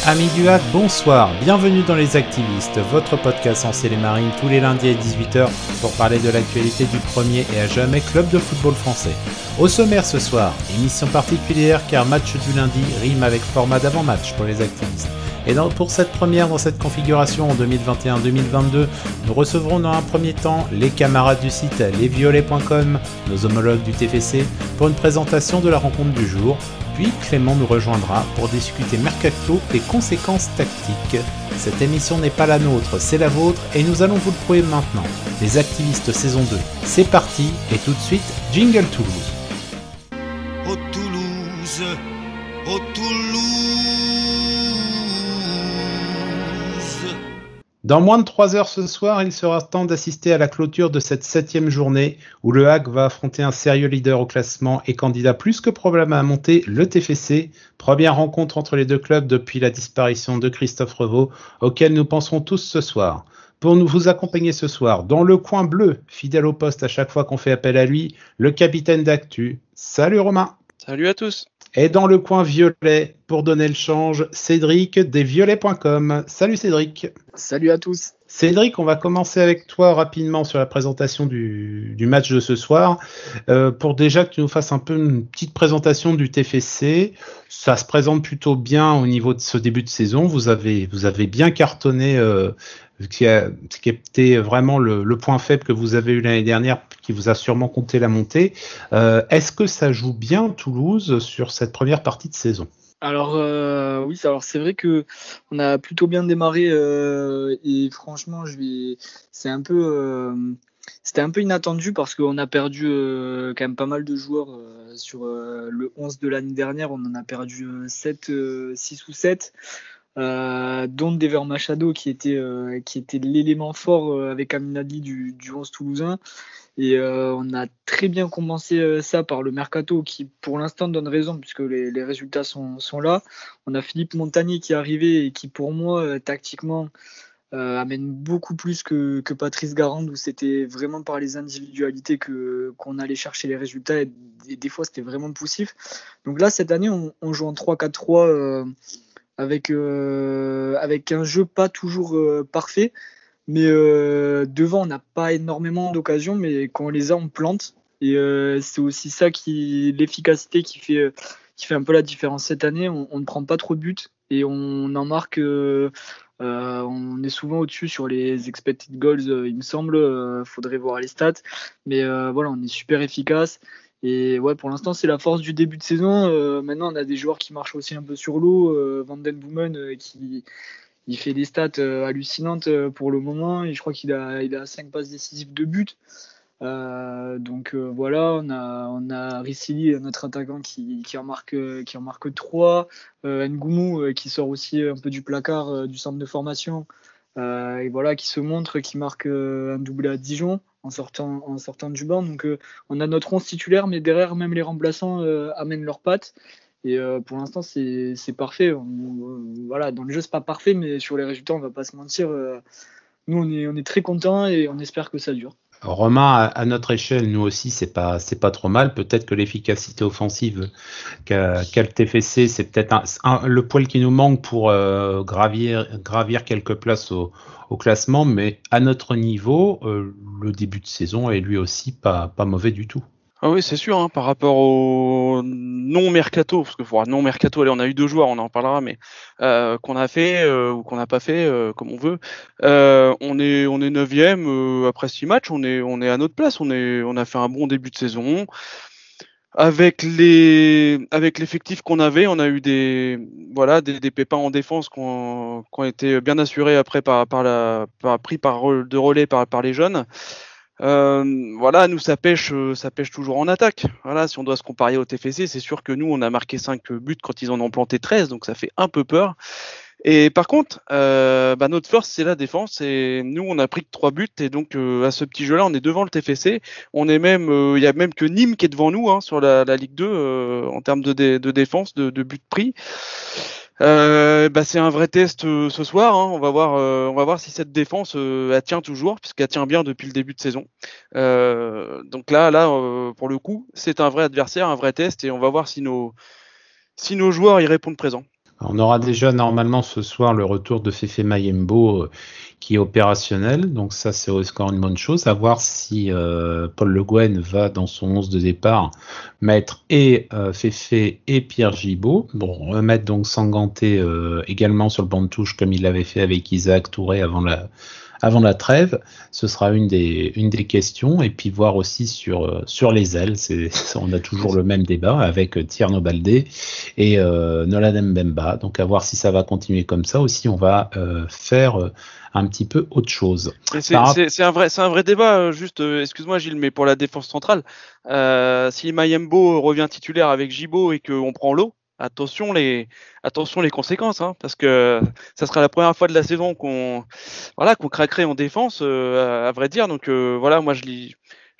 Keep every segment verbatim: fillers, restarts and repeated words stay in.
Amis du Hack, bonsoir, bienvenue dans Les Activistes, votre podcast en les marines tous les lundis à dix-huit heures pour parler de l'actualité du premier et à jamais club de football français. Au sommaire ce soir, émission particulière car match du lundi rime avec format d'avant-match pour les activistes. Et dans, pour cette première dans cette configuration en deux mille vingt et un deux mille vingt-deux, nous recevrons dans un premier temps les camarades du site lesviolets point com, nos homologues du T F C, pour une présentation de la rencontre du jour. Puis Clément nous rejoindra pour discuter mercato et conséquences tactiques. Cette émission n'est pas la nôtre, c'est la vôtre et nous allons vous le prouver maintenant. Les Activistes saison deux, c'est parti et tout de suite, Jingle Toulouse. Oh Toulouse, oh Toulouse. Dans moins de trois heures ce soir, il sera temps d'assister à la clôture de cette septième journée où le Hack va affronter un sérieux leader au classement et candidat plus que probable à monter, le T F C. Première rencontre entre les deux clubs depuis la disparition de Christophe Revaux, auquel nous penserons tous ce soir. Pour nous vous accompagner ce soir, dans le coin bleu, fidèle au poste à chaque fois qu'on fait appel à lui, le capitaine d'Actu. Salut Romain. Salut à tous. Et dans le coin violet, pour donner le change, Cédric des violets point com. Salut Cédric. Salut à tous. Cédric, on va commencer avec toi rapidement sur la présentation du, du match de ce soir. Euh, pour déjà que tu nous fasses un peu une petite présentation du T F C. Ça se présente plutôt bien au niveau de ce début de saison. Vous avez, vous avez bien cartonné, euh, ce qui a, ce qui était vraiment le, le point faible que vous avez eu l'année dernière, qui vous a sûrement compté la montée. Euh, est-ce que ça joue bien Toulouse sur cette première partie de saison ? Alors euh, oui, alors c'est vrai que on a plutôt bien démarré euh, et franchement, je vais, c'est un peu, euh, c'était un peu inattendu parce qu'on a perdu euh, quand même pas mal de joueurs euh, sur euh, le onze de l'année dernière. On en a perdu euh, sept, euh, six ou sept. Euh, dont Dever Machado qui était euh, qui était l'élément fort euh, avec Aminadi du, du onze toulousain. Et euh, on a très bien commencé euh, ça par le mercato qui pour l'instant donne raison puisque les, les résultats sont, sont là. On a Philippe Montagnier qui est arrivé et qui pour moi euh, tactiquement euh, amène beaucoup plus que, que Patrice Garande où c'était vraiment par les individualités que, qu'on allait chercher les résultats et, et des fois c'était vraiment poussif. Donc là cette année on, on joue en trois quatre trois euh, avec, euh, avec un jeu pas toujours euh, parfait. Mais euh, devant, on n'a pas énormément d'occasions, mais quand on les a, on plante. Et euh, c'est aussi ça qui, l'efficacité qui fait, qui fait un peu la différence cette année. On, on ne prend pas trop de buts et on en marque. Euh, euh, on est souvent au-dessus sur les expected goals, euh, il me semble. Euh, faudrait voir les stats, mais euh, voilà, on est super efficace. Et ouais, pour l'instant, c'est la force du début de saison. Euh, maintenant, on a des joueurs qui marchent aussi un peu sur l'eau. Euh, Van Den Boomen euh, qui Il fait des stats euh, hallucinantes euh, pour le moment et je crois qu'il a, il a cinq passes décisives de but. Euh, donc euh, voilà, on a, on a Ricili, notre attaquant, qui, qui en marque, qui en marque trois. Euh, Ngoumou euh, qui sort aussi un peu du placard euh, du centre de formation. Euh, et voilà, qui se montre, qui marque euh, un doublé à Dijon en sortant, en sortant du banc. Donc euh, on a notre onze titulaire, mais derrière, même les remplaçants euh, amènent leurs pattes. Et euh, pour l'instant, c'est, c'est parfait. On, euh, voilà, dans le jeu, c'est pas parfait, mais sur les résultats, on va pas se mentir. Euh, nous, on est, on est très contents et on espère que ça dure. Romain, à, à notre échelle, nous aussi, c'est pas, c'est pas trop mal. Peut-être que l'efficacité offensive qu'a, qu'a le T F C, c'est peut-être un, un, le poil qui nous manque pour euh, gravir, gravir quelques places au, au classement. Mais à notre niveau, euh, le début de saison est lui aussi pas, pas mauvais du tout. Ah oui, c'est sûr, hein, par rapport au non-mercato, parce que voilà, non-mercato, allez, on a eu deux joueurs, on en parlera, mais euh, qu'on a fait euh, ou qu'on n'a pas fait, euh, comme on veut. Euh, on est on est neuvième euh, après six matchs, on est on est à notre place, on est on a fait un bon début de saison. Avec les avec l'effectif qu'on avait, on a eu des voilà des, des pépins en défense qui ont, qui ont été bien assurés après par par la par, pris par de relais par par les jeunes. Euh, voilà, nous ça pêche, ça pêche toujours en attaque. Voilà, si on doit se comparer au T F C, c'est sûr que nous on a marqué cinq buts quand ils en ont planté treize, donc ça fait un peu peur. Et par contre, euh, bah notre force c'est la défense et nous on a pris que trois buts et donc euh, à ce petit jeu-là on est devant le T F C. On est même, il euh, y a même que Nîmes qui est devant nous hein, sur la, la Ligue deux euh, en termes de, de, de défense, de, de buts pris. Euh, bah c'est un vrai test euh, ce soir. Hein. On va voir, euh, on va voir si cette défense euh, elle tient toujours, puisqu'elle tient bien depuis le début de saison. Euh, donc là, là, euh, pour le coup, c'est un vrai adversaire, un vrai test, et on va voir si nos, si nos joueurs y répondent présent. On aura déjà normalement ce soir le retour de Fefe Mayembo euh, qui est opérationnel, donc ça c'est encore une bonne chose. À voir si euh, Paul Le Guen va dans son onze de départ mettre et euh, Fefe et Pierre Gibaud. Bon, remettre donc Sanganté euh, également sur le banc de touche comme il l'avait fait avec Isaac Touré avant la avant la trêve, ce sera une des, une des questions, et puis voir aussi sur, euh, sur les ailes, c'est, on a toujours le même débat avec Tierno Baldé et euh, Nolan Mbemba, donc à voir si ça va continuer comme ça, aussi on va euh, faire euh, un petit peu autre chose. Mais c'est, Par... c'est, c'est, un, vrai, c'est un vrai débat, juste, euh, excuse-moi Gilles, mais pour la défense centrale, euh, si Mayembo revient titulaire avec Gibaud et qu'on prend l'eau, attention les, attention les conséquences, hein, parce que ça sera la première fois de la saison qu'on, voilà, qu'on craquerait en défense, euh, à, à vrai dire. Donc euh, voilà, moi je lis,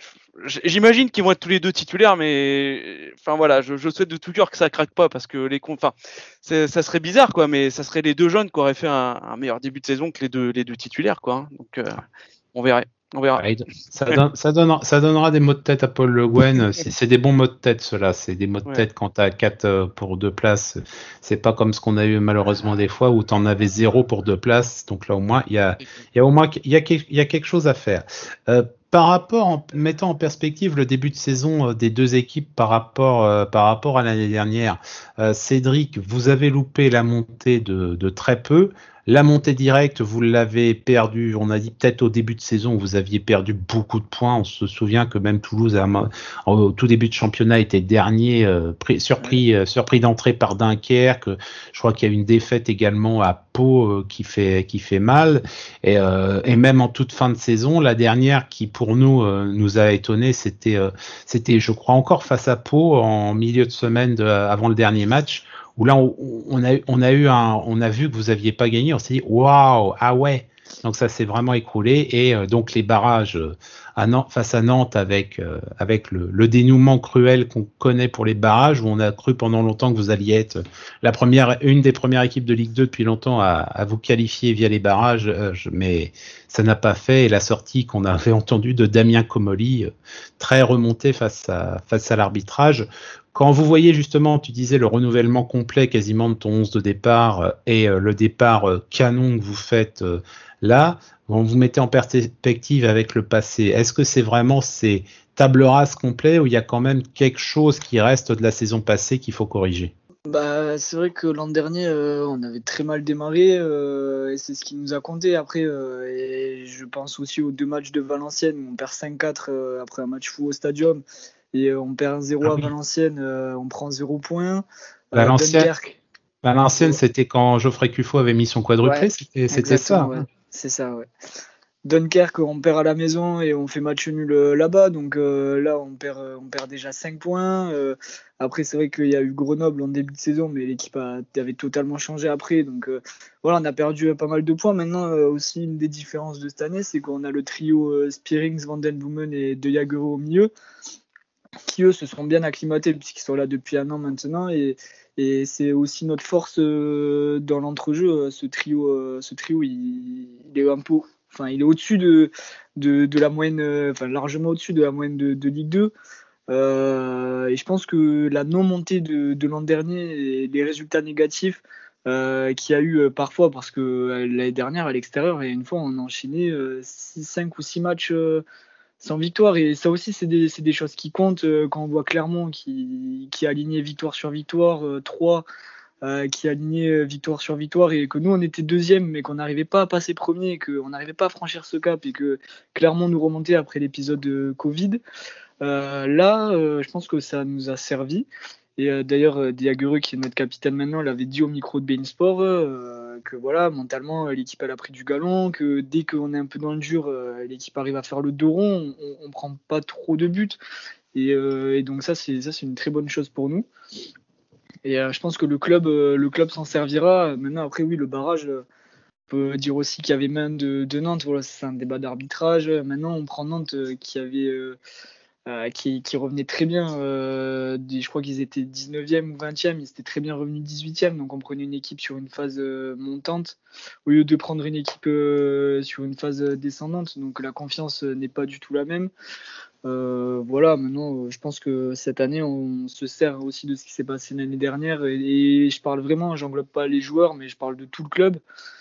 j'imagine qu'ils vont être tous les deux titulaires, mais enfin voilà, je, je souhaite de tout cœur que ça craque pas, parce que les, enfin, ça serait bizarre quoi, mais ça serait les deux jeunes qui auraient fait un, un meilleur début de saison que les deux, les deux titulaires quoi. Hein. Donc euh, on verrait. On verra. Ça, donne, ça, donnera, ça donnera des mots de tête à Paul Le Guen. C'est, c'est des bons mots de tête, ceux-là. C'est des mots de ouais. tête quand tu as quatre pour deux places. C'est pas comme ce qu'on a eu malheureusement des fois où tu en avais zéro pour deux places. Donc là, au moins, il y a, y a au moins y a, y a quelque chose à faire. Euh, par rapport, en mettant en perspective le début de saison des deux équipes par rapport, euh, par rapport à l'année dernière, euh, Cédric, vous avez loupé la montée de, de très peu. La montée directe, vous l'avez perdue, on a dit peut-être au début de saison, vous aviez perdu beaucoup de points. On se souvient que même Toulouse, au tout début de championnat, était dernier, euh, surpris, euh, surpris d'entrée par Dunkerque. Je crois qu'il y a une défaite également à Pau euh, qui fait qui fait mal. Et, euh, et même en toute fin de saison, la dernière qui pour nous euh, nous a étonné, c'était euh, c'était, je crois, encore face à Pau en milieu de semaine de, avant le dernier match. Où là, on, on, a, on, a eu un, on a vu que vous n'aviez pas gagné, on s'est dit, waouh, ah ouais. Donc ça s'est vraiment écroulé. Et euh, donc les barrages euh, à Nantes, face à Nantes avec, euh, avec le, le dénouement cruel qu'on connaît pour les barrages, où on a cru pendant longtemps que vous alliez être la première, une des premières équipes de Ligue deux depuis longtemps à, à vous qualifier via les barrages, euh, je, mais ça n'a pas fait. Et la sortie qu'on avait entendue de Damien Comolli, euh, très remontée face à, face à l'arbitrage. Quand vous voyez justement, tu disais le renouvellement complet quasiment de ton onze de départ euh, et euh, le départ euh, canon que vous faites euh, là, quand vous mettez en perspective avec le passé, est-ce que c'est vraiment ces tables rases complètes ou il y a quand même quelque chose qui reste de la saison passée qu'il faut corriger ? Bah, c'est vrai que l'an dernier, euh, on avait très mal démarré euh, et c'est ce qui nous a compté. Après, euh, et je pense aussi aux deux matchs de Valenciennes où on perd cinq quatre euh, après un match fou au stadium. Et on perd un zéro ah, à oui. Valenciennes, euh, on prend zéro point. Valenciennes, euh, Valenciennes c'était quand Geoffrey Cuffo avait mis son quadruplé, ouais, c'était, c'était ça. Ouais. C'est ça, ouais. Dunkerque, on perd à la maison et on fait match nul là-bas. Donc euh, là, on perd, on perd déjà cinq points. Euh, après, c'est vrai qu'il y a eu Grenoble en début de saison, mais l'équipe a, avait totalement changé après. Donc euh, voilà, on a perdu pas mal de points. Maintenant, euh, aussi, une des différences de cette année, c'est qu'on a le trio euh, Spearings, Van den Boomen et De Jager au milieu, qui eux se sont bien acclimatés puisqu'ils sont là depuis un an maintenant et, et c'est aussi notre force euh, dans l'entrejeu. Ce trio, euh, ce trio il, il est un peu, enfin il est au-dessus de, de, de la moyenne, enfin largement au-dessus de la moyenne de, de Ligue deux. Euh, et je pense que la non-montée de, de l'an dernier et les résultats négatifs euh, qu'il y a eu euh, parfois, parce que euh, l'année dernière à l'extérieur, et une fois on a enchaîné euh, cinq ou six matchs euh, sans victoire, et ça aussi c'est des, c'est des choses qui comptent euh, quand on voit Clermont qui, qui a aligné victoire sur victoire, euh, trois euh, qui a aligné victoire sur victoire, et que nous on était deuxième mais qu'on n'arrivait pas à passer premier, qu'on n'arrivait pas à franchir ce cap et que Clermont nous remontait après l'épisode de Covid. Euh, là euh, je pense que ça nous a servi. Et euh, d'ailleurs, euh, Diaguereux, qui est notre capitaine maintenant, l'avait dit au micro de beIN Sport euh, que voilà, mentalement, l'équipe elle a pris du galon, que dès qu'on est un peu dans le dur, euh, l'équipe arrive à faire le dos rond, on, on prend pas trop de buts. Et, euh, et donc ça, c'est ça, c'est une très bonne chose pour nous. Et euh, je pense que le club, euh, le club s'en servira. Maintenant, après, oui, le barrage. Euh, on peut dire aussi qu'il y avait main de, de Nantes. Voilà, c'est un débat d'arbitrage. Maintenant, on prend Nantes euh, qui avait euh, Euh, qui, qui revenait très bien, euh, des, je crois qu'ils étaient dix-neuvième ou vingtième, ils étaient très bien revenus dix-huitième, donc on prenait une équipe sur une phase euh, montante au lieu de prendre une équipe euh, sur une phase descendante, donc la confiance euh, n'est pas du tout la même. Euh, voilà, maintenant, euh, je pense que cette année, on se sert aussi de ce qui s'est passé l'année dernière. Et, et je parle vraiment, j'englobe pas les joueurs, mais je parle de tout le club.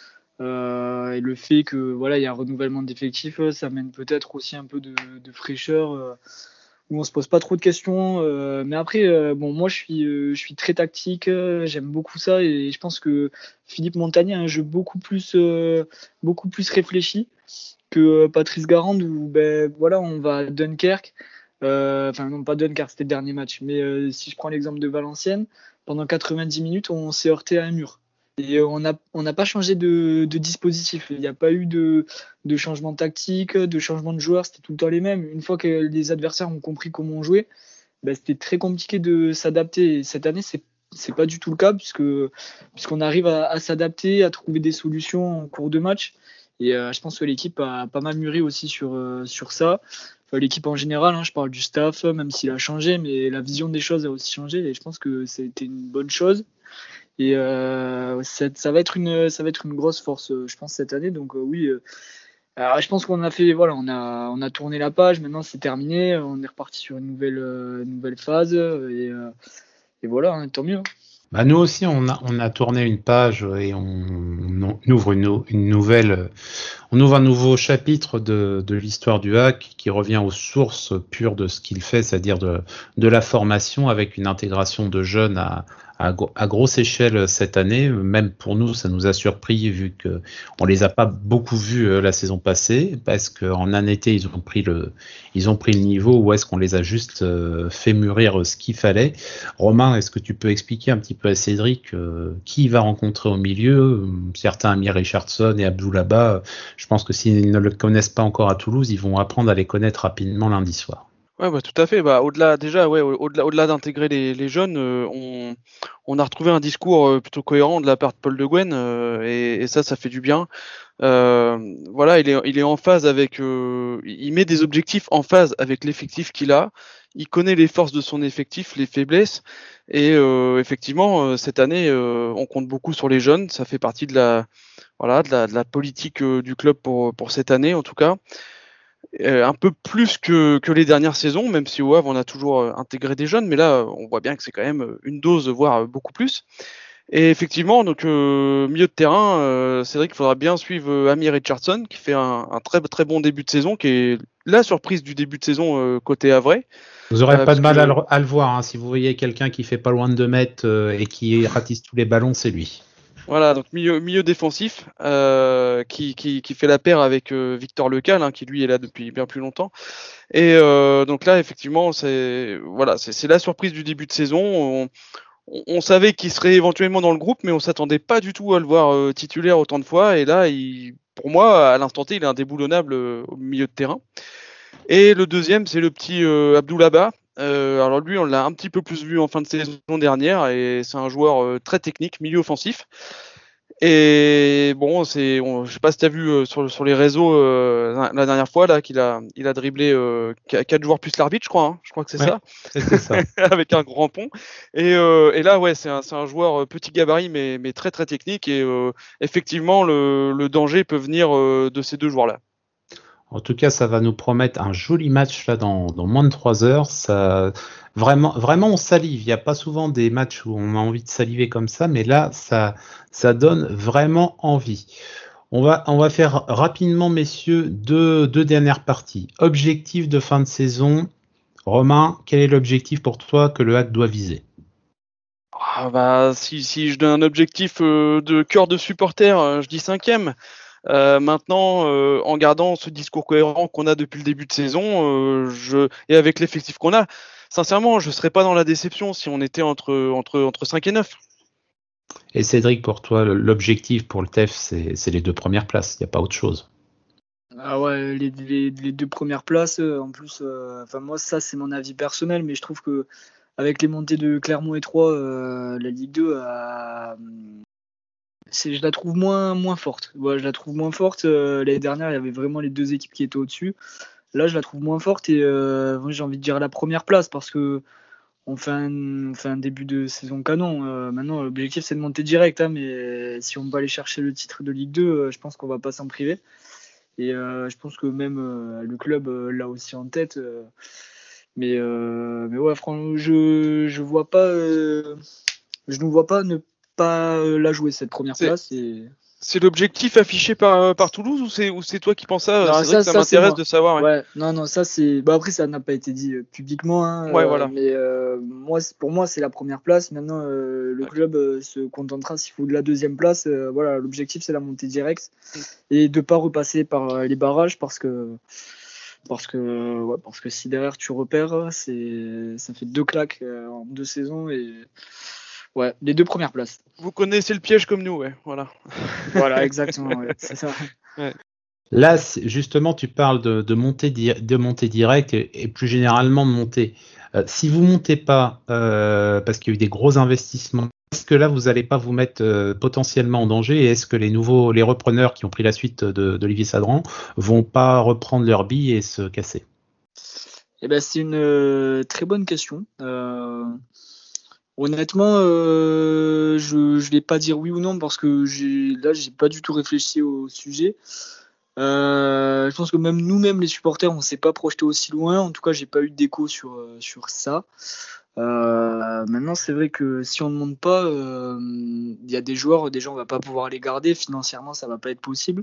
Euh, et le fait que voilà, il y a un renouvellement d'effectifs, euh, ça amène peut-être aussi un peu de, de fraîcheur, euh, où on se pose pas trop de questions. Euh, mais après, euh, bon, moi, je suis, euh, je suis très tactique. euh, J'aime beaucoup ça, et je pense que Philippe Montagny a un jeu beaucoup plus, euh, beaucoup plus réfléchi que euh, Patrice Garande, où ben voilà, on va à Dunkerque. Euh, Enfin, non, pas Dunkerque, c'était le dernier match. Mais euh, si je prends l'exemple de Valenciennes, pendant quatre-vingt-dix minutes, on s'est heurté à un mur. Et euh, on n'a on n'a pas changé de, de dispositif. Il n'y a pas eu de, de changement tactique, de changement de joueurs. C'était tout le temps les mêmes. Une fois que les adversaires ont compris comment on jouait, ben, c'était très compliqué de s'adapter. Et cette année, c'est c'est pas du tout le cas, puisque puisqu'on arrive à, à s'adapter, à trouver des solutions en cours de match. Et euh, je pense que l'équipe a pas mal mûri aussi sur, euh, sur ça. Enfin, l'équipe en général, hein, je parle du staff, même s'il a changé, mais la vision des choses a aussi changé. Et je pense que c'était une bonne chose. Et euh, ça, ça va être une, ça va être une grosse force, euh, je pense, cette année. Donc euh, oui, euh, alors, je pense qu'on a fait, voilà, on a, on a tourné la page. Maintenant, c'est terminé. On est reparti sur une nouvelle, euh, nouvelle phase. Et, euh, et voilà, hein, tant mieux. Bah nous aussi, on a, on a tourné une page et on, on ouvre une, une nouvelle, on ouvre un nouveau chapitre de, de l'histoire du hack qui revient aux sources pures de ce qu'il fait, c'est-à-dire de, de la formation avec une intégration de jeunes à, à, à grosse échelle cette année. Même pour nous, ça nous a surpris vu que on les a pas beaucoup vus la saison passée parce qu'en un été, ils ont pris le, ils ont pris le niveau ou est-ce qu'on les a juste fait mûrir ce qu'il fallait. Romain, est-ce que tu peux expliquer un petit peu à Cédric euh, qui il va rencontrer au milieu? Certains Amir Richardson et Abdoulaba, je pense que s'ils ne le connaissent pas encore à Toulouse, ils vont apprendre à les connaître rapidement lundi soir. Ouais, bah, tout à fait. Bah, au-delà, déjà, ouais, au-delà, au-delà d'intégrer les, les jeunes, euh, on, on a retrouvé un discours euh, plutôt cohérent de la part de Paul De Guen, euh, et, et ça, ça fait du bien. Euh, voilà, il est, il est en phase avec, euh, il met des objectifs en phase avec l'effectif qu'il a. Il connaît les forces de son effectif, les faiblesses, et euh, effectivement, euh, cette année, euh, on compte beaucoup sur les jeunes. Ça fait partie de la, voilà, de la, de la politique euh, du club pour pour cette année, en tout cas. Euh, un peu plus que, que les dernières saisons, même si au Havre on a toujours euh, intégré des jeunes, mais là on voit bien que c'est quand même une dose, voire beaucoup plus. Et effectivement, donc euh, milieu de terrain, euh, c'est vrai qu'il faudra bien suivre euh, Amir Richardson, qui fait un, un très très bon début de saison, qui est la surprise du début de saison euh, côté havrais. Vous aurez Euh, pas de mal que... à, le, à le voir, hein. Si vous voyez quelqu'un qui fait pas loin de deux mètres euh, et qui ratisse tous les ballons, c'est lui. Voilà, donc milieu, milieu défensif euh, qui, qui, qui fait la paire avec euh, Victor Lecal, hein, qui lui est là depuis bien plus longtemps. Et euh, donc là, effectivement, c'est voilà, c'est, c'est la surprise du début de saison. On, on, on savait qu'il serait éventuellement dans le groupe, mais on s'attendait pas du tout à le voir euh, titulaire autant de fois. Et là, il, pour moi, à l'instant T, il est indéboulonnable euh, au milieu de terrain. Et le deuxième, c'est le petit euh, Abdoulaba. Euh, alors lui, on l'a un petit peu plus vu en fin de saison dernière, et c'est un joueur euh, très technique, milieu offensif. Et bon, c'est, on, je sais pas si tu as vu euh, sur, sur les réseaux euh, la dernière fois là qu'il a, il a dribblé euh, quatre joueurs plus l'arbitre, je crois. Hein, je crois que c'est ouais, ça. C'était ça. Avec un grand pont. Et, euh, et là, ouais, c'est un, c'est un joueur petit gabarit, mais, mais très très technique. Et euh, effectivement, le, le danger peut venir euh, de ces deux joueurs-là. En tout cas, ça va nous promettre un joli match là dans, dans moins de trois heures. Ça, vraiment, vraiment, on salive. Il n'y a pas souvent des matchs où on a envie de saliver comme ça, mais là, ça, ça donne vraiment envie. On va, on va faire rapidement, messieurs, deux, deux dernières parties. Objectif de fin de saison. Romain, quel est l'objectif pour toi que le Hack doit viser? Ah bah, si, si je donne un objectif euh, de cœur de supporter, euh, je dis cinquième. Euh, maintenant, euh, en gardant ce discours cohérent qu'on a depuis le début de saison, euh, je, et avec l'effectif qu'on a, sincèrement, je ne serais pas dans la déception si on était entre, entre, entre cinq et neuf. Et Cédric, pour toi, l'objectif pour le T E F, c'est, c'est les deux premières places. Il n'y a pas autre chose. Ah ouais, les, les, les deux premières places, euh, en plus, euh, enfin moi ça c'est mon avis personnel, mais je trouve que avec les montées de Clermont et Troyes, euh, la Ligue deux, a, c'est, je la trouve moins, moins forte. Ouais, je la trouve moins forte. Euh, l'année dernière, il y avait vraiment les deux équipes qui étaient au-dessus. Là, je la trouve moins forte et euh, moi, j'ai envie de dire la première place parce que on fait un, on fait un début de saison canon. Euh, maintenant, l'objectif c'est de monter direct, hein, mais si on va aller chercher le titre de Ligue deux, euh, je pense qu'on va pas s'en priver. Et euh, je pense que même euh, le club euh, l'a aussi en tête. Euh, mais, euh, mais ouais, franchement, je je vois pas, euh, je ne vois pas ne pas euh, la jouer cette première C'est- place. Et... C'est l'objectif affiché par, par Toulouse ou c'est, ou c'est toi qui penses ça? Non, C'est vrai ça, que ça, ça c'est m'intéresse moi. de savoir. Ouais, Ouais, non, non, ça c'est. Bah après, ça n'a pas été dit euh, publiquement, hein, ouais euh, voilà. mais euh, moi, c'est- pour moi, c'est la première place. Maintenant, euh, le Ok. club euh, se contentera s'il faut de la deuxième place. Euh, voilà, l'objectif c'est la montée directe Mm. et de pas repasser par euh, les barrages parce que parce que ouais, parce que si derrière tu repères, c'est ça fait deux claques euh, en deux saisons et ouais, les deux premières places. Vous connaissez le piège comme nous, ouais, voilà. Voilà, exactement, ouais, c'est ça. Là, c'est- justement, tu parles de, de montée, di- de montée directe et, et plus généralement de montée. Euh, si vous montez pas, euh, parce qu'il y a eu des gros investissements, est-ce que là, vous n'allez pas vous mettre euh, potentiellement en danger et est-ce que les nouveaux, les repreneurs qui ont pris la suite de- d'Olivier Sadran vont pas reprendre leur bille et se casser? Eh ben, c'est une euh, très bonne question. Euh, honnêtement, euh, je ne vais pas dire oui ou non parce que j'ai, là, j'ai pas du tout réfléchi au sujet. Euh, je pense que même nous-mêmes, les supporters, on s'est pas projeté aussi loin. En tout cas, j'ai pas eu d'écho sur, euh, sur ça. Euh, maintenant, c'est vrai que si on ne monte pas, euh, il y a des joueurs, déjà, on va pas pouvoir les garder. Financièrement, ça va pas être possible.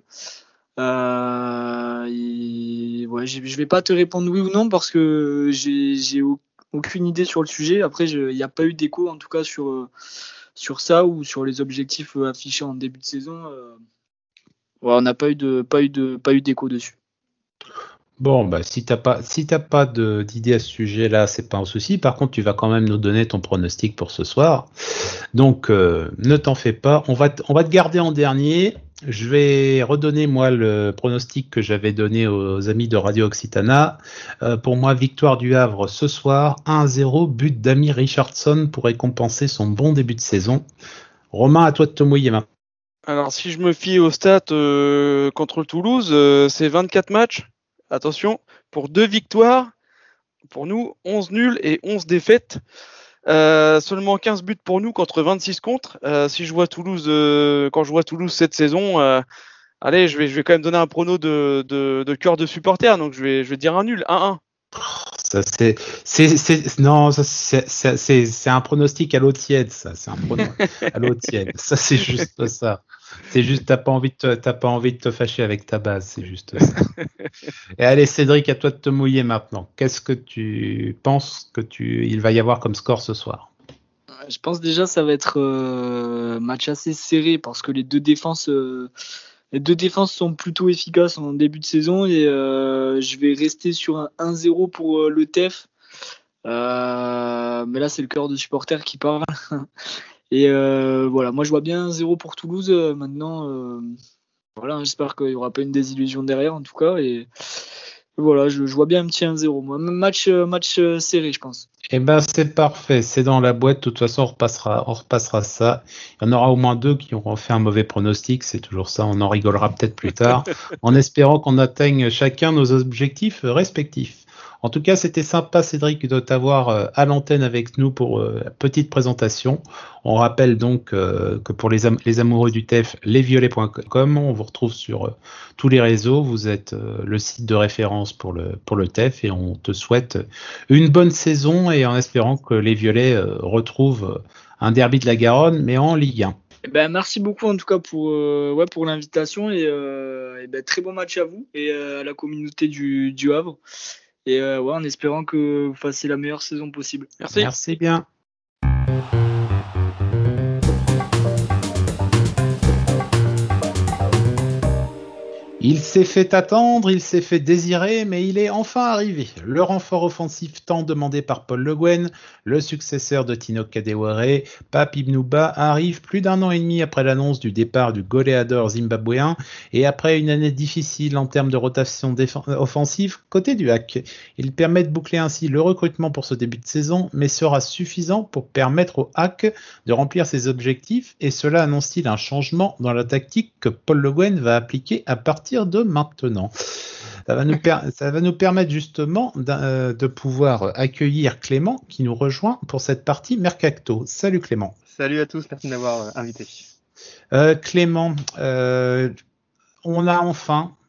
Euh, et ouais, je je vais pas te répondre oui ou non parce que j'ai j'ai au- aucune idée sur le sujet. Après, je- il n'y a pas eu d'écho en tout cas sur euh, sur ça ou sur les objectifs euh, affichés en début de saison. euh. Ouais, on n'a pas eu de pas eu de pas eu d'écho dessus. Bon, bah, si t'as pas, si t'as pas de- d'idée à ce sujet-là, c'est pas un souci. Par contre, tu vas quand même nous donner ton pronostic pour ce soir. Donc, euh, ne t'en fais pas. On va, t- on va te garder en dernier. Je vais redonner, moi, le pronostic que j'avais donné aux amis de Radio Occitana. Euh, pour moi, victoire du Havre ce soir, un à zéro, but d'Ami Richardson pour récompenser son bon début de saison. Romain, à toi de te mouiller maintenant. Alors, si je me fie aux stats euh, contre le Toulouse, euh, c'est vingt-quatre matchs. Attention, pour deux victoires, pour nous, onze nuls et onze défaites. Euh, seulement quinze buts pour nous contre vingt-six contre. Euh, si je vois Toulouse, euh, quand je vois Toulouse cette saison, euh, allez, je vais, je vais quand même donner un prono de, de, de cœur de supporter. Donc, je vais, je vais dire un nul, un un. Ça, c'est, c'est, c'est, non, ça, c'est, c'est, c'est, c'est un pronostic à l'eau tiède, ça. C'est un prono à l'eau tiède. Ça, c'est juste ça. C'est juste, t'as pas envie de te, t'as pas envie de te fâcher avec ta base. C'est juste ça. Et allez, Cédric, à toi de te mouiller maintenant. Qu'est-ce que tu penses que tu, il va y avoir comme score ce soir? Je pense déjà ça va être euh, match assez serré parce que les deux défenses euh, les deux défenses sont plutôt efficaces en début de saison et euh, je vais rester sur un un zéro pour euh, le T E F. Euh, mais là c'est le cœur de supporter qui parle. Et euh, voilà, moi je vois bien un zéro pour Toulouse. Euh, maintenant, euh, voilà, j'espère qu'il n'y aura pas une désillusion derrière en tout cas. Et voilà, je, je vois bien un petit un zéro. Moi, match, euh, match euh, serré, je pense. Eh ben, c'est parfait. C'est dans la boîte. De toute façon, on repassera, on repassera ça. Il y en aura au moins deux qui auront fait un mauvais pronostic. C'est toujours ça. On en rigolera peut-être plus tard, en espérant qu'on atteigne chacun nos objectifs respectifs. En tout cas, c'était sympa, Cédric, de t'avoir euh, à l'antenne avec nous pour euh, la petite présentation. On rappelle donc euh, que pour les, am- les amoureux du T E F, lesviolets point com, on vous retrouve sur euh, tous les réseaux. Vous êtes euh, le site de référence pour le, pour le T E F et on te souhaite une bonne saison et en espérant que les Violets euh, retrouvent un derby de la Garonne, mais en Ligue un. Eh ben, merci beaucoup en tout cas pour, euh, ouais, pour l'invitation et, euh, et ben, très bon match à vous et euh, à la communauté du, du Havre. Et euh, ouais, en espérant que vous fassiez la meilleure saison possible. Merci. Merci bien. Il s'est fait attendre, il s'est fait désirer, mais il est enfin arrivé. Le renfort offensif tant demandé par Paul Le Guen, le successeur de Tino Kadewere, Pape Ibnouba, arrive plus d'un an et demi après l'annonce du départ du goléador zimbabwéen et après une année difficile en termes de rotation déf- offensive côté du H A C. Il permet de boucler ainsi le recrutement pour ce début de saison, mais sera suffisant pour permettre au H A C de remplir ses objectifs et cela annonce-t-il un changement dans la tactique que Paul Le Guen va appliquer à partir de maintenant. Ça va nous, per- ça va nous permettre justement euh, de pouvoir accueillir Clément qui nous rejoint pour cette partie Mercato. Salut Clément. Salut à tous, merci de m'avoir invité. Euh, Clément, euh, on a enfin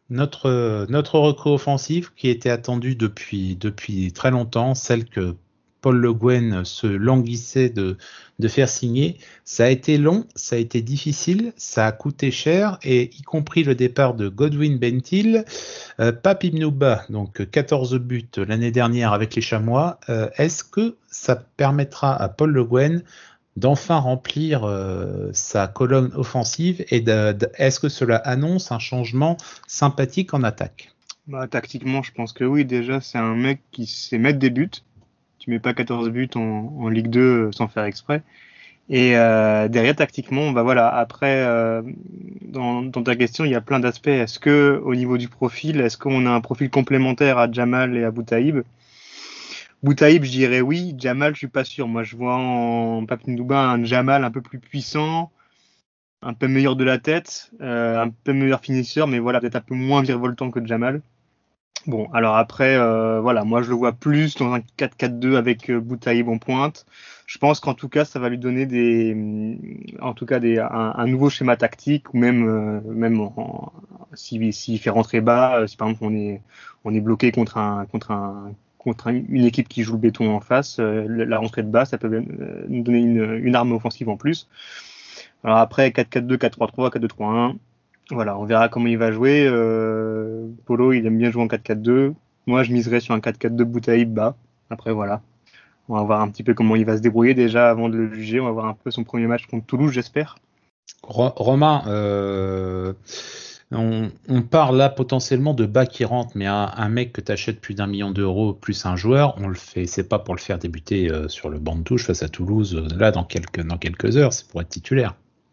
Notre, notre recrue offensive qui était attendue depuis, depuis très longtemps, celle que Paul Le Guen se languissait de, de faire signer, ça a été long, ça a été difficile, ça a coûté cher, et y compris le départ de Godwin Bentil, euh, Pape Ibnouba, donc quatorze buts l'année dernière avec les Chamois, euh, est-ce que ça permettra à Paul Le Guen d'enfin remplir euh, sa colonne offensive et de, de, est-ce que cela annonce un changement sympathique en attaque? Bah, tactiquement, je pense que oui. Déjà, c'est un mec qui sait mettre des buts. Tu mets pas quatorze buts en, en Ligue deux sans faire exprès. Et euh, derrière, tactiquement, bah voilà. Après, euh, dans, dans ta question, il y a plein d'aspects. Est-ce que, au niveau du profil, est-ce qu'on a un profil complémentaire à Jamal et à Boutaïb? Boutaïb, je dirais oui. Jamal, je suis pas sûr. Moi, je vois en Pape Ndouba un Jamal un peu plus puissant, un peu meilleur de la tête, euh, un peu meilleur finisseur, mais voilà, peut-être un peu moins virevoltant que Jamal. Bon, alors après, euh, voilà, moi je le vois plus dans un quatre quatre deux avec euh, Boutaïb en pointe. Je pense qu'en tout cas, ça va lui donner des, en tout cas, des, un, un nouveau schéma tactique, ou même, euh, même en, s'il si, si fait rentrer bas, euh, si par exemple on est, on est bloqué contre un, contre un, contre une équipe qui joue le béton en face, euh, la rentrée de bas, ça peut nous donner une, une arme offensive en plus. Alors après, quatre quatre deux, quatre trois trois, quatre deux trois un, voilà, on verra comment il va jouer. Euh, Polo, il aime bien jouer en quatre quatre deux. Moi, je miserais sur un quatre quatre deux Boutaïb bas. Après, voilà. On va voir un petit peu comment il va se débrouiller déjà avant de le juger. On va voir un peu son premier match contre Toulouse, j'espère. Romain, euh, on, on parle là potentiellement de bas qui rentre, mais un, un mec que tu achètes plus d'un million d'euros plus un joueur, on le fait, c'est pas pour le faire débuter euh, sur le banc de touche face à Toulouse, euh, là dans quelques, dans quelques heures, c'est pour être titulaire.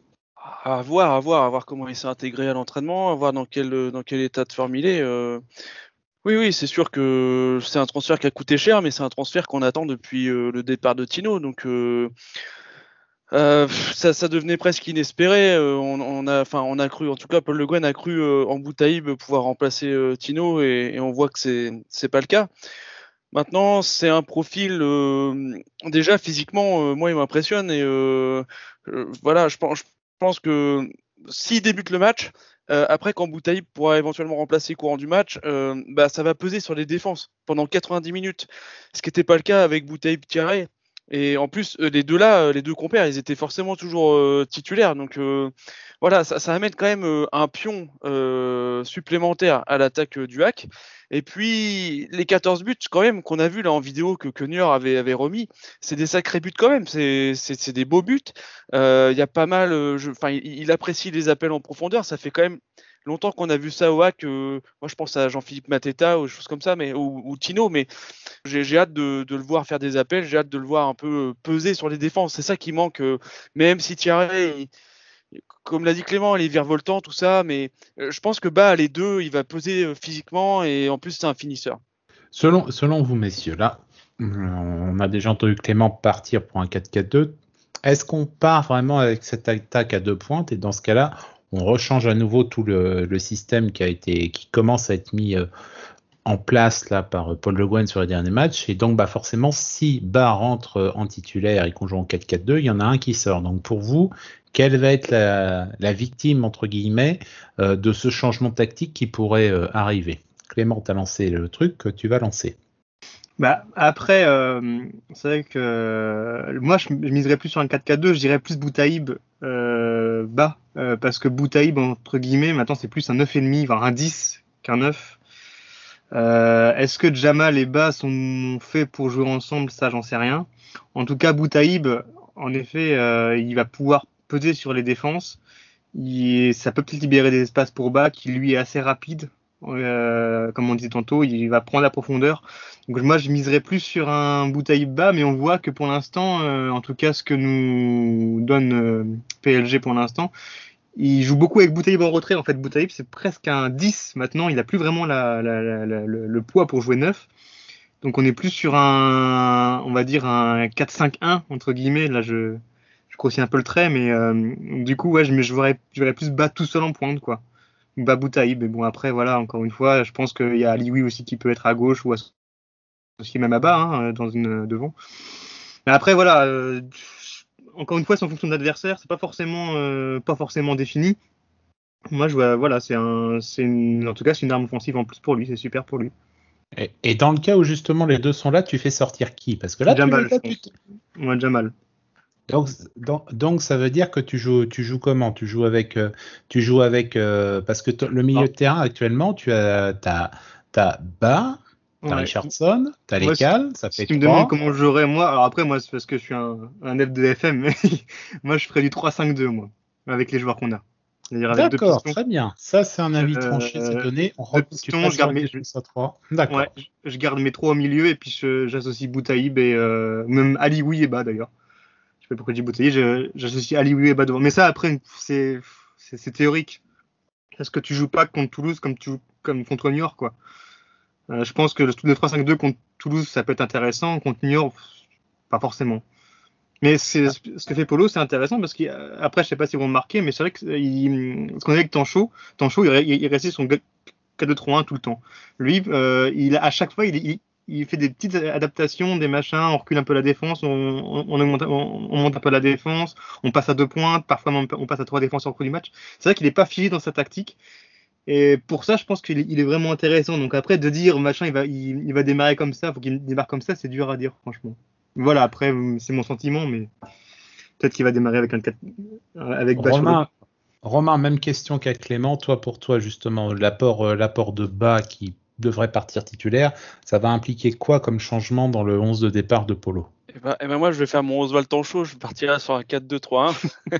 À voir, à voir, à voir comment il s'est intégré à l'entraînement, à voir dans quel, dans quel état de forme il est. Euh... Oui, oui, c'est sûr que c'est un transfert qui a coûté cher, mais c'est un transfert qu'on attend depuis euh, le départ de Tino. Donc, euh, euh, ça, ça devenait presque inespéré. Euh, on, on a, enfin, on a cru, en tout cas, Paul Le Guen a cru euh, en Boutaïb pouvoir remplacer euh, Tino, et, et on voit que c'est, c'est pas le cas. Maintenant, c'est un profil euh, déjà physiquement, euh, moi, il m'impressionne, et euh, euh, voilà, je pense. Je pense que s'il débute le match, euh, après quand Boutaïb pourra éventuellement remplacer courant du match, euh, bah, ça va peser sur les défenses pendant quatre-vingt-dix minutes, ce qui n'était pas le cas avec Boutaïb Thierry. Et en plus, euh, les deux là, les deux compères, ils étaient forcément toujours euh, titulaires. Donc euh, voilà, ça, ça amène quand même euh, un pion euh, supplémentaire à l'attaque euh, du Hack. Et puis les quatorze buts quand même qu'on a vu là en vidéo que, que Niort avait, avait remis, c'est des sacrés buts quand même, c'est, c'est, c'est des beaux buts. Il euh, y a pas mal, euh, je, il, il apprécie les appels en profondeur, ça fait quand même longtemps qu'on a vu ça au Hack. Euh, moi je pense à Jean-Philippe Mateta ou des choses comme ça, mais, ou, ou Tino, mais j'ai, j'ai hâte de, de le voir faire des appels, j'ai hâte de le voir un peu peser sur les défenses, c'est ça qui manque. Euh, même si Thierry, il, comme l'a dit Clément, il est virevoltant, tout ça, mais euh, je pense que Bas, les deux, il va peser euh, physiquement, et en plus c'est un finisseur. Selon, selon vous, messieurs, là, on a déjà entendu Clément partir pour un quatre quatre deux. Est-ce qu'on part vraiment avec cette attaque à deux pointes, et dans ce cas-là, on rechange à nouveau tout le, le système qui a été, qui commence à être mis euh, en place là par Paul Le Guen sur les derniers matchs, et donc bah forcément si Bas rentre en titulaire et qu'on joue en quatre quatre deux, il y en a un qui sort. Donc pour vous, quelle va être la, la victime entre guillemets euh, de ce changement tactique qui pourrait euh, arriver? Clément, tu as lancé le truc que tu vas lancer. Bah après, euh, c'est vrai que euh, moi je, je miserais plus sur un quatre quatre deux, je dirais plus Boutaïb euh, bas, euh, parce que Boutaïb entre guillemets maintenant c'est plus un neuf virgule cinq, voire un dix qu'un neuf. Euh, est-ce que Jamal et Bas sont faits pour jouer ensemble? Ça, j'en sais rien. En tout cas, Boutaïb, en effet, euh, il va pouvoir peser sur les défenses. Il, ça peut peut-être libérer des espaces pour Bas, qui lui est assez rapide. Euh, comme on disait tantôt, il va prendre la profondeur. Donc moi, je miserais plus sur un Boutaïb Bas, mais on voit que pour l'instant, euh, en tout cas, ce que nous donne euh, P L G pour l'instant, il joue beaucoup avec Boutaïb en retrait. En fait, Boutaïb, c'est presque un dix maintenant. Il n'a plus vraiment la, la, la, la, le, le poids pour jouer neuf. Donc, on est plus sur un, on va dire, un quatre cinq un, entre guillemets. Là, je, je grossis un peu le trait, mais euh, du coup, ouais, je, je, verrais, je verrais plus Bas tout seul en pointe, quoi. Bas Boutaïb. Mais bon, après, voilà, encore une fois, je pense qu'il y a Alioui aussi qui peut être à gauche, ou aussi même à bas, hein, dans une devant. Mais après, voilà. Euh, Encore une fois, c'est en fonction de l'adversaire, c'est pas forcément, euh, pas forcément défini. moi, je vois, voilà, c'est un, c'est une, en tout cas, c'est une arme offensive en plus pour lui, c'est super pour lui. Et, et dans le cas où justement les deux sont là, tu fais sortir qui? Parce que là, Jamal, tu, je là, tu, pense. Moi, Jamal. Donc, donc, donc, ça veut dire que tu joues, tu joues comment? Tu joues avec, euh, tu joues avec, euh, parce que t- le milieu Ah, de terrain actuellement, tu as, t'as, t'as Ba, t'as ouais. Richardson, t'as Moi, si, Lekal, ça si fait tu me demandes trois. comment je jouerais, moi, alors après, moi, c'est parce que je suis un, un F de F M, mais moi, je ferais du trois cinq deux, moi, avec les joueurs qu'on a. C'est-à-dire avec deux D'accord, pistons. très bien. Ça, c'est un avis tranché, c'est Euh, donné. On deux rep- tu pistons, passes je sur garde une mes, je- défense à trois. ouais, D'accord. je je garde mes trois au milieu et puis je- j'associe Boutaïb et euh, même Alioui et Ba d'ailleurs. Je sais pas pourquoi je dis Boutaïb, je- j'associe Alioui et Ba devant. Mais ça, après, c'est c'est c'est théorique. Parce que tu joues pas contre Toulouse comme tu joues comme contre Niort, quoi. Euh, je pense que le, le trois cinq deux contre Toulouse, ça peut être intéressant. Contre Niort, pas forcément. Mais c'est, ce que fait Polo, c'est intéressant parce qu'après, je sais pas si vous remarquez, mais c'est vrai que il, ce qu'on a avec Tancho, Tancho, il, il, il restait son quatre deux trois un tout le temps. Lui, euh, il, à chaque fois, il, il, il fait des petites adaptations, des machins, on recule un peu la défense, on, on, on, augmente, on, on monte un peu la défense, on passe à deux pointes, parfois on passe à trois défenses au cours du match. C'est vrai qu'il n'est pas figé dans sa tactique. Et pour ça, je pense qu'il est, il est vraiment intéressant. Donc après, de dire machin, il va, il, il va démarrer comme ça, faut qu'il démarre comme ça, c'est dur à dire, franchement. Voilà, après, c'est mon sentiment, mais peut-être qu'il va démarrer avec un quatre, avec Bach sur le banc. Romain, Romain, même question qu'à Clément. Toi, pour toi, justement, l'apport, euh, l'apport de Ba qui devrait partir titulaire, ça va impliquer quoi comme changement dans le onze de départ de Polo? Et ben, et ben moi, je vais faire mon Oswald Tancho, je partirai sur un quatre deux trois un.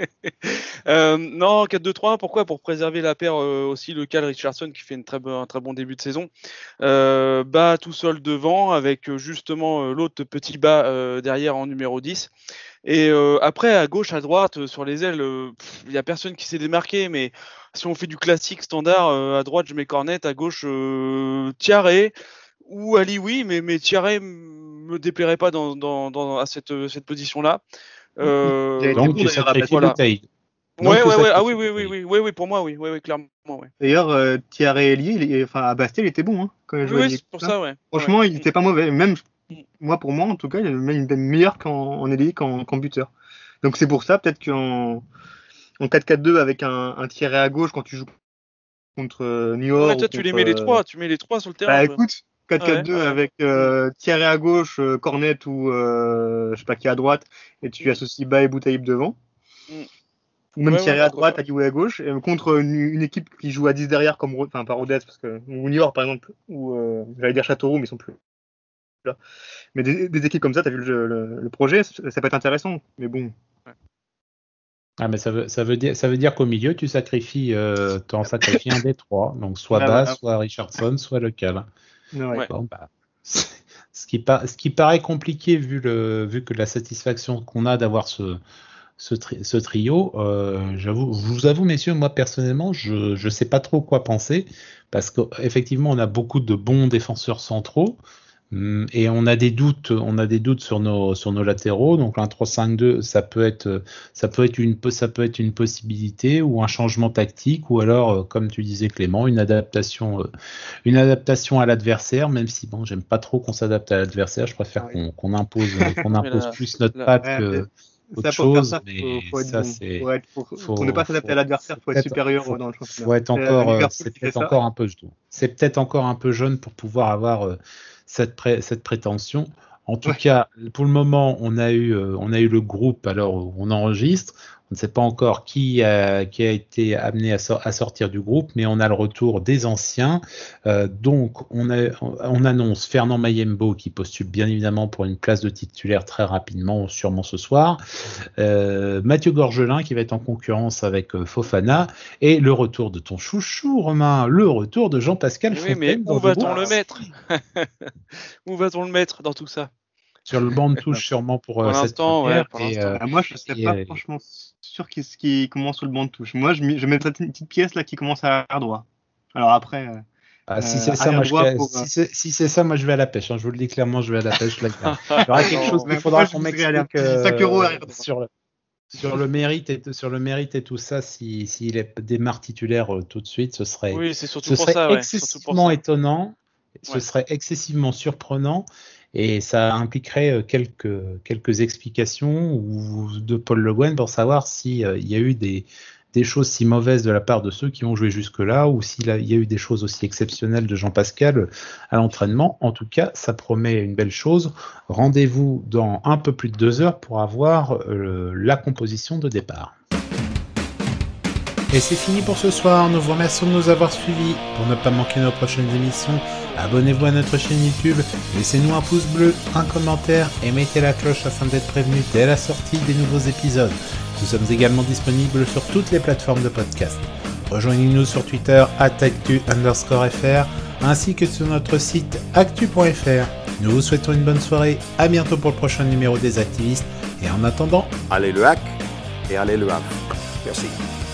euh, non, quatre deux trois un, pourquoi? Pour préserver la paire euh, aussi le Cal Richardson qui fait une très bon, un très bon début de saison. Euh, Bas tout seul devant avec euh, justement euh, l'autre petit Bas euh, derrière en numéro dix. Et euh, après, à gauche, à droite, euh, sur les ailes, il n'y a personne qui s'est démarqué, mais si on fait du classique standard, euh, à droite, je mets Cornet, à gauche, euh, Thiaré ou Ali, oui, mais, mais Thiaré me déplairait pas dans, dans, dans, à cette, cette position-là. Euh, Donc, bon, tu sacrifies voilà. Boutaïd. Ouais, ouais, ouais. Ah oui, oui, oui, oui, oui, oui, pour moi, oui, oui, oui, clairement, ouais. D'ailleurs, euh, Thierry Elie, enfin, à Bastia, il était bon, hein, quand il oui, jouait oui, c'est pour ça, ouais. Franchement, ouais. il était pas mauvais. Même, moi, pour moi, en tout cas, il est meilleur qu'en, en Elie qu'en, qu'en buteur. Donc, c'est pour ça, peut-être qu'en, en quatre quatre deux, avec un, un Thierry à gauche, quand tu joues contre Niort. Ouais, toi, tu contre, les mets les trois, tu mets les trois sur le terrain. Bah, écoute, quatre quatre deux ouais, ouais. avec euh, Thierry à gauche, euh, Cornet ou euh, je sais pas qui à droite, et tu associes Ba et Boutaïb devant. Mm. Ou même ouais, Thierry ouais, à droite, Alioué à gauche, et contre une, une équipe qui joue à dix derrière, comme, enfin, pas Rodez, parce que, ou Niort par exemple, ou euh, j'allais dire Châteauroux, mais ils sont plus là. Mais des, des équipes comme ça, t'as vu le, le, le projet, ça, ça peut être intéressant, mais bon. Ouais. Ah, mais ça veut, ça veut dire, ça veut dire qu'au milieu, tu sacrifies, euh, tu en sacrifies un des trois. Donc, soit ah, Bas, voilà. soit Richardson, soit Lecal. Ouais. Bon, bah, ce, qui par, ce qui paraît compliqué vu, le, vu que la satisfaction qu'on a d'avoir ce, ce, tri, ce trio, euh, j'avoue, je vous avoue, messieurs, moi, personnellement, je ne sais pas trop quoi penser. Parce qu'effectivement, on a beaucoup de bons défenseurs centraux. Et on a des doutes, on a des doutes sur nos sur nos latéraux. Donc un trois cinq deux, ça peut être ça peut être une ça peut être une possibilité ou un changement tactique ou alors comme tu disais Clément, une adaptation une adaptation à l'adversaire. Même si bon, j'aime pas trop qu'on s'adapte à l'adversaire, je préfère qu'on qu'on impose qu'on impose plus notre patte que autre chose. Ça, mais faut, faut ça bon. c'est faut être, faut, faut, pour ne pas s'adapter à l'adversaire, faut être supérieur faut, dans le championnat. Faut être encore, euh, c'est peut-être encore un peu, c'est peut-être encore un peu jeune pour pouvoir avoir euh, cette, pré, cette prétention. En tout ouais. cas, pour le moment, on a eu, euh, on a eu le groupe alors on enregistre. On ne sait pas encore qui a, qui a été amené à, so- à sortir du groupe, mais on a le retour des anciens. Euh, donc, on, a, on annonce Fernand Mayembo qui postule bien évidemment pour une place de titulaire très rapidement, sûrement ce soir. Euh, Mathieu Gorgelin qui va être en concurrence avec euh, Fofana. Et le retour de ton chouchou, Romain, le retour de Jean-Pascal oui, Fontaine. Mais où va-t-on le mettre Où va-t-on le mettre dans tout ça? Sur le banc de touche, sûrement pour, pour euh, cette première. Ouais, et, euh, ah, moi, je ne serais pas euh, franchement sûr qu'il qu commence sur le banc de touche. Moi, je, je mettrais une petite pièce là qui commence à l'arrière droit. Alors après. Euh, ah, si c'est ça, moi, je, pour, si, c'est, si c'est ça, moi je vais à la pêche. Hein, je vous le dis clairement, je vais à la pêche. Là, il y aura quelque chose qu'il faudra qu'on m'explique euh, cinq euros sur le, sur le mérite et sur le mérite et tout ça. S'il si, si démarre titulaire euh, tout de suite, ce serait, oui, c'est surtout ce pour serait ça, ouais, excessivement pour ça. étonnant. Ce ouais. serait excessivement surprenant. Et ça impliquerait quelques, quelques explications ou de Paul Le Guen pour savoir s'il euh, y a eu des, des choses si mauvaises de la part de ceux qui ont joué jusque-là, ou s'il y a eu des choses aussi exceptionnelles de Jean Pascal à l'entraînement. En tout cas, ça promet une belle chose. Rendez-vous dans un peu plus de deux heures pour avoir euh, la composition de départ. Et c'est fini pour ce soir, nous vous remercions de nous avoir suivis. Pour ne pas manquer nos prochaines émissions, abonnez-vous à notre chaîne YouTube, laissez-nous un pouce bleu, un commentaire et mettez la cloche afin d'être prévenu dès la sortie des nouveaux épisodes. Nous sommes également disponibles sur toutes les plateformes de podcast. Rejoignez-nous sur Twitter arobase actu underscore fr ainsi que sur notre site actu point f r. Nous vous souhaitons une bonne soirée, à bientôt pour le prochain numéro des Activistes et en attendant, allez le hack et allez le hack. Merci.